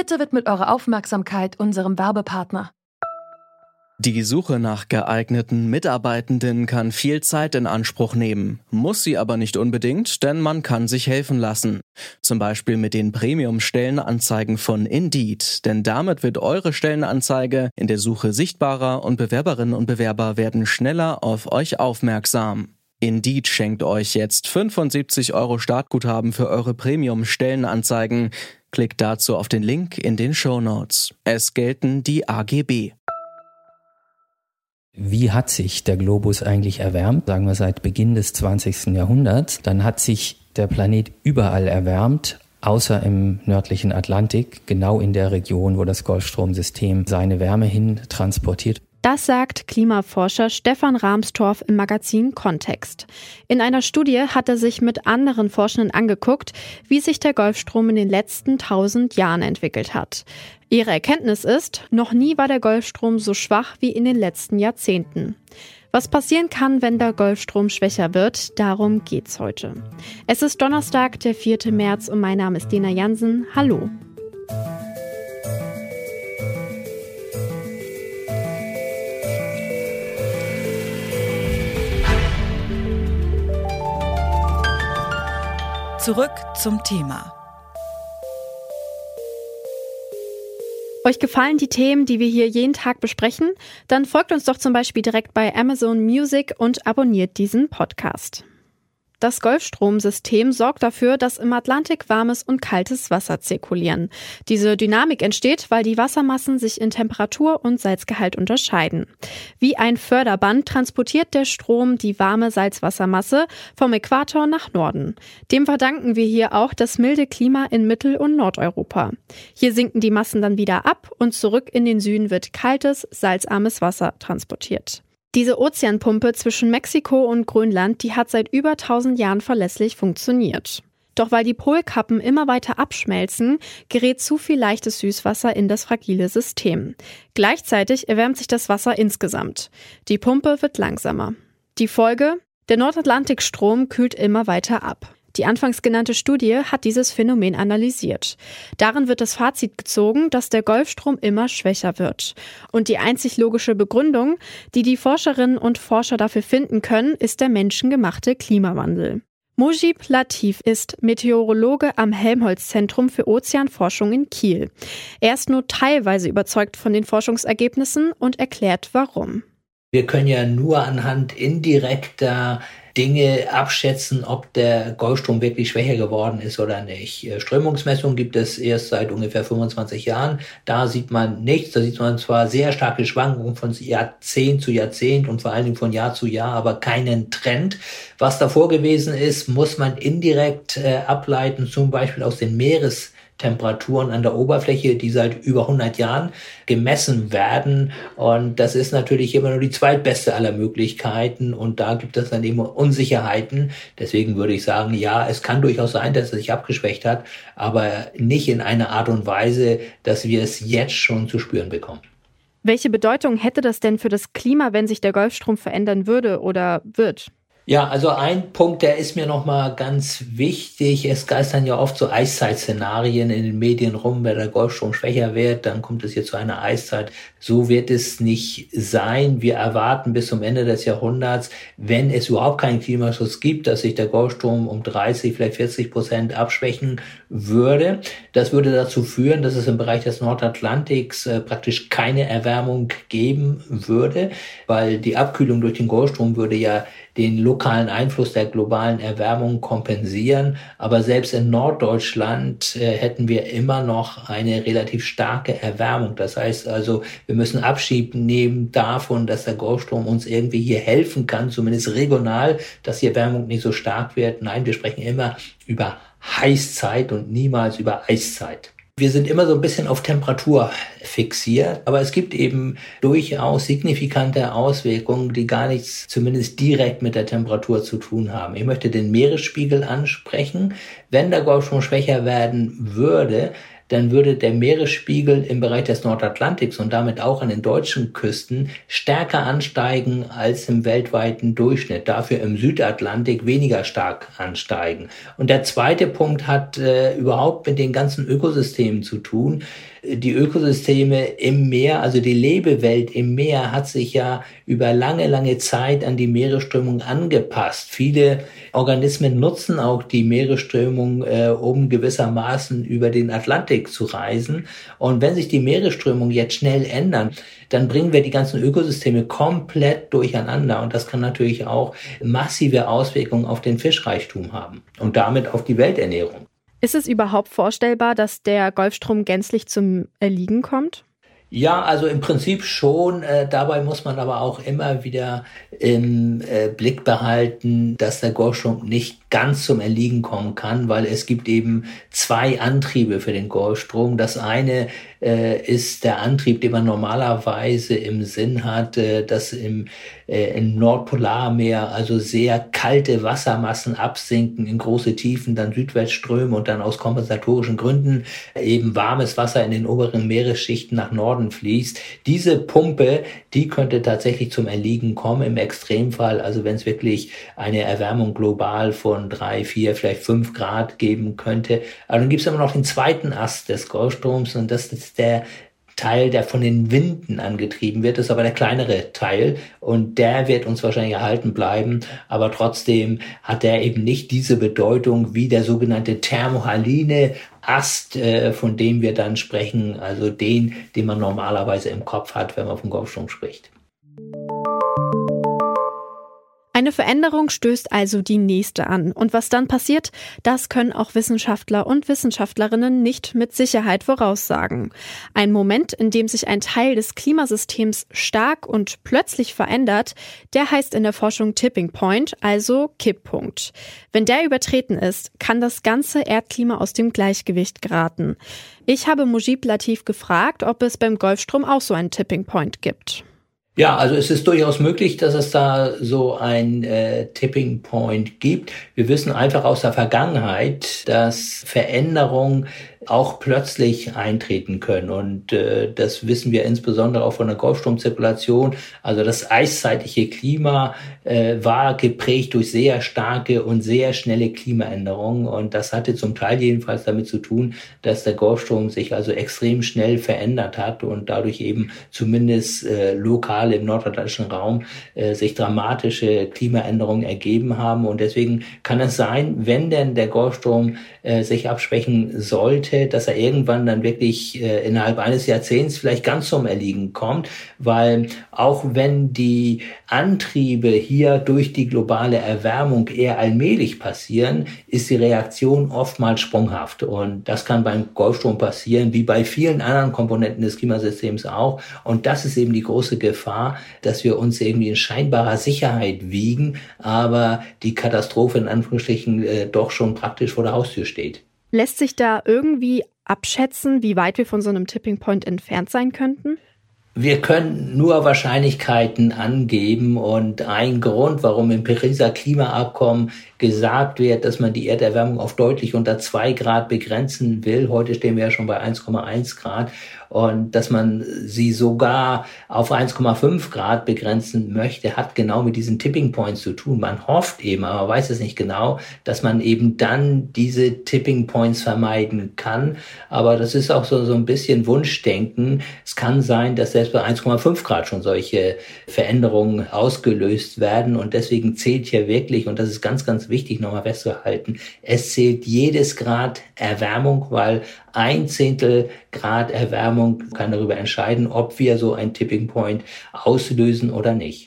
Bitte widmet eure Aufmerksamkeit unserem Werbepartner. Die Suche nach geeigneten Mitarbeitenden kann viel Zeit in Anspruch nehmen, muss sie aber nicht unbedingt, denn man kann sich helfen lassen. Zum Beispiel mit den Premium-Stellenanzeigen von Indeed, denn damit wird eure Stellenanzeige in der Suche sichtbarer und Bewerberinnen und Bewerber werden schneller auf euch aufmerksam. Indeed schenkt euch jetzt 75 € Startguthaben für eure Premium-Stellenanzeigen. Klickt dazu auf den Link in den Shownotes. Es gelten die AGB. Wie hat sich der Globus eigentlich erwärmt? Sagen wir seit Beginn des 20. Jahrhunderts. Dann hat sich der Planet überall erwärmt, außer im nördlichen Atlantik, genau in der Region, wo das Golfstromsystem seine Wärme hin transportiert. Das sagt Klimaforscher Stefan Rahmstorff im Magazin Kontext. In einer Studie hat er sich mit anderen Forschenden angeguckt, wie sich der Golfstrom in den letzten 1000 Jahren entwickelt hat. Ihre Erkenntnis ist, noch nie war der Golfstrom so schwach wie in den letzten Jahrzehnten. Was passieren kann, wenn der Golfstrom schwächer wird, darum geht's heute. Es ist Donnerstag, der 4. März und mein Name ist Lena Jansen. Hallo. Zurück zum Thema. Euch gefallen die Themen, die wir hier jeden Tag besprechen? Dann folgt uns doch zum Beispiel direkt bei Amazon Music und abonniert diesen Podcast. Das Golfstromsystem sorgt dafür, dass im Atlantik warmes und kaltes Wasser zirkulieren. Diese Dynamik entsteht, weil die Wassermassen sich in Temperatur und Salzgehalt unterscheiden. Wie ein Förderband transportiert der Strom die warme Salzwassermasse vom Äquator nach Norden. Dem verdanken wir hier auch das milde Klima in Mittel- und Nordeuropa. Hier sinken die Massen dann wieder ab und zurück in den Süden wird kaltes, salzarmes Wasser transportiert. Diese Ozeanpumpe zwischen Mexiko und Grönland, die hat seit über 1000 Jahren verlässlich funktioniert. Doch weil die Polkappen immer weiter abschmelzen, gerät zu viel leichtes Süßwasser in das fragile System. Gleichzeitig erwärmt sich das Wasser insgesamt. Die Pumpe wird langsamer. Die Folge? Der Nordatlantikstrom kühlt immer weiter ab. Die anfangs genannte Studie hat dieses Phänomen analysiert. Darin wird das Fazit gezogen, dass der Golfstrom immer schwächer wird. Und die einzig logische Begründung, die die Forscherinnen und Forscher dafür finden können, ist der menschengemachte Klimawandel. Mujib Latif ist Meteorologe am Helmholtz-Zentrum für Ozeanforschung in Kiel. Er ist nur teilweise überzeugt von den Forschungsergebnissen und erklärt, warum. Wir können ja nur anhand indirekter Dinge abschätzen, ob der Golfstrom wirklich schwächer geworden ist oder nicht. Strömungsmessungen gibt es erst seit ungefähr 25 Jahren. Da sieht man nichts. Da sieht man zwar sehr starke Schwankungen von Jahrzehnt zu Jahrzehnt und vor allen Dingen von Jahr zu Jahr, aber keinen Trend. Was davor gewesen ist, muss man indirekt ableiten, zum Beispiel aus den Meerestemperaturen an der Oberfläche, die seit über 100 Jahren gemessen werden. Und das ist natürlich immer nur die zweitbeste aller Möglichkeiten. Und da gibt es dann immer Unsicherheiten. Deswegen würde ich sagen, ja, es kann durchaus sein, dass es sich abgeschwächt hat, aber nicht in einer Art und Weise, dass wir es jetzt schon zu spüren bekommen. Welche Bedeutung hätte das denn für das Klima, wenn sich der Golfstrom verändern würde oder wird? Ja, also ein Punkt, der ist mir nochmal ganz wichtig. Es geistern ja oft so Eiszeitszenarien in den Medien rum, wenn der Golfstrom schwächer wird, dann kommt es hier zu einer Eiszeit. So wird es nicht sein. Wir erwarten bis zum Ende des Jahrhunderts, wenn es überhaupt keinen Klimaschutz gibt, dass sich der Golfstrom um 30, vielleicht 40% abschwächen würde. Das würde dazu führen, dass es im Bereich des Nordatlantiks praktisch keine Erwärmung geben würde, weil die Abkühlung durch den Golfstrom würde ja den lokalen Einfluss der globalen Erwärmung kompensieren. Aber selbst in Norddeutschland hätten wir immer noch eine relativ starke Erwärmung. Das heißt also, wir müssen Abschied nehmen davon, dass der Golfstrom uns irgendwie hier helfen kann, zumindest regional, dass die Erwärmung nicht so stark wird. Nein, wir sprechen immer über Heißzeit und niemals über Eiszeit. Wir sind immer so ein bisschen auf Temperatur fixiert, aber es gibt eben durchaus signifikante Auswirkungen, die gar nichts zumindest direkt mit der Temperatur zu tun haben. Ich möchte den Meeresspiegel ansprechen. Wenn der Golfstrom schwächer werden würde, dann würde der Meeresspiegel im Bereich des Nordatlantiks und damit auch an den deutschen Küsten stärker ansteigen als im weltweiten Durchschnitt. Dafür im Südatlantik weniger stark ansteigen. Und der zweite Punkt hat überhaupt mit den ganzen Ökosystemen zu tun. Die Ökosysteme im Meer, also die Lebewelt im Meer, hat sich ja über lange, lange Zeit an die Meeresströmung angepasst. Viele Organismen nutzen auch die Meeresströmung, um gewissermaßen über den Atlantik zu reisen. Und wenn sich die Meeresströmungen jetzt schnell ändern, dann bringen wir die ganzen Ökosysteme komplett durcheinander. Und das kann natürlich auch massive Auswirkungen auf den Fischreichtum haben und damit auf die Welternährung. Ist es überhaupt vorstellbar, dass der Golfstrom gänzlich zum Erliegen kommt? Ja, also im Prinzip schon. Dabei muss man aber auch immer wieder im Blick behalten, dass der Golfstrom nicht ganz zum Erliegen kommen kann, weil es gibt eben zwei Antriebe für den Golfstrom. Das eine ist der Antrieb, den man normalerweise im Sinn hat, dass im Nordpolarmeer also sehr kalte Wassermassen absinken in große Tiefen, dann südwärts strömen und dann aus kompensatorischen Gründen eben warmes Wasser in den oberen Meeresschichten nach Norden fließt. Diese Pumpe, die könnte tatsächlich zum Erliegen kommen im Extremfall, also wenn es wirklich eine Erwärmung global von 3, 4, vielleicht 5 Grad geben könnte. Aber dann gibt es immer noch den zweiten Ast des Golfstroms und das ist der Teil, der von den Winden angetrieben wird, ist aber der kleinere Teil und der wird uns wahrscheinlich erhalten bleiben, aber trotzdem hat der eben nicht diese Bedeutung wie der sogenannte thermohaline Ast, von dem wir dann sprechen, also den man normalerweise im Kopf hat, wenn man vom Golfstrom spricht. Eine Veränderung stößt also die nächste an. Und was dann passiert, das können auch Wissenschaftler und Wissenschaftlerinnen nicht mit Sicherheit voraussagen. Ein Moment, in dem sich ein Teil des Klimasystems stark und plötzlich verändert, der heißt in der Forschung Tipping Point, also Kipppunkt. Wenn der übertreten ist, kann das ganze Erdklima aus dem Gleichgewicht geraten. Ich habe Mujib Latif gefragt, ob es beim Golfstrom auch so einen Tipping Point gibt. Ja, also es ist durchaus möglich, dass es da so ein Tipping Point gibt. Wir wissen einfach aus der Vergangenheit, dass Veränderungen auch plötzlich eintreten können. Und das wissen wir insbesondere auch von der Golfstromzirkulation. Also das eiszeitliche Klima war geprägt durch sehr starke und sehr schnelle Klimaänderungen. Und das hatte zum Teil jedenfalls damit zu tun, dass der Golfstrom sich also extrem schnell verändert hat und dadurch eben zumindest lokal im nordatlantischen Raum sich dramatische Klimaänderungen ergeben haben. Und deswegen kann es sein, wenn denn der Golfstrom sich abschwächen sollte, dass er irgendwann dann wirklich innerhalb eines Jahrzehnts vielleicht ganz zum Erliegen kommt, weil auch wenn die Antriebe hier durch die globale Erwärmung eher allmählich passieren, ist die Reaktion oftmals sprunghaft. Und das kann beim Golfstrom passieren, wie bei vielen anderen Komponenten des Klimasystems auch. Und das ist eben die große Gefahr, dass wir uns irgendwie in scheinbarer Sicherheit wiegen, aber die Katastrophe in Anführungsstrichen doch schon praktisch vor der Haustür steht. Lässt sich da irgendwie abschätzen, wie weit wir von so einem Tipping Point entfernt sein könnten? Wir können nur Wahrscheinlichkeiten angeben und ein Grund, warum im Pariser Klimaabkommen gesagt wird, dass man die Erderwärmung auf deutlich unter 2 Grad begrenzen will. Heute stehen wir ja schon bei 1,1 Grad. Und dass man sie sogar auf 1,5 Grad begrenzen möchte, hat genau mit diesen Tipping Points zu tun. Man hofft eben, aber man weiß es nicht genau, dass man eben dann diese Tipping Points vermeiden kann. Aber das ist auch so ein bisschen Wunschdenken. Es kann sein, dass selbst bei 1,5 Grad schon solche Veränderungen ausgelöst werden. Und deswegen zählt hier wirklich, und das ist ganz, ganz wichtig nochmal festzuhalten, es zählt jedes Grad Erwärmung, weil 1/10 Grad Erwärmung kann darüber entscheiden, ob wir so ein Tipping Point auslösen oder nicht.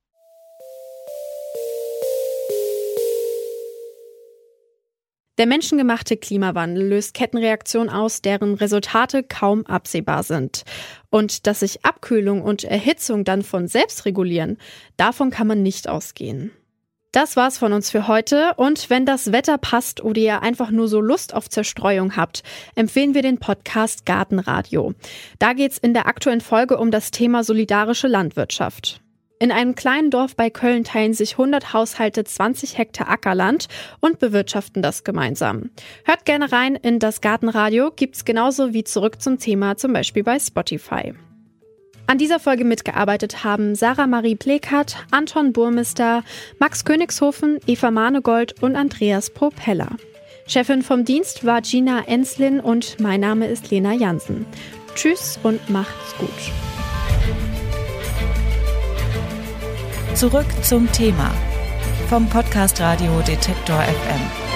Der menschengemachte Klimawandel löst Kettenreaktionen aus, deren Resultate kaum absehbar sind. Und dass sich Abkühlung und Erhitzung dann von selbst regulieren, davon kann man nicht ausgehen. Das war's von uns für heute und wenn das Wetter passt oder ihr einfach nur so Lust auf Zerstreuung habt, empfehlen wir den Podcast Gartenradio. Da geht's in der aktuellen Folge um das Thema solidarische Landwirtschaft. In einem kleinen Dorf bei Köln teilen sich 100 Haushalte 20 Hektar Ackerland und bewirtschaften das gemeinsam. Hört gerne rein in das Gartenradio, gibt's genauso wie Zurück zum Thema, zum Beispiel bei Spotify. An dieser Folge mitgearbeitet haben Sarah Marie Plekat, Anton Burmister, Max Königshofen, Eva Manegold und Andreas Propeller. Chefin vom Dienst war Gina Enslin und mein Name ist Lena Jansen. Tschüss und macht's gut. Zurück zum Thema vom Podcast Radio Detektor FM.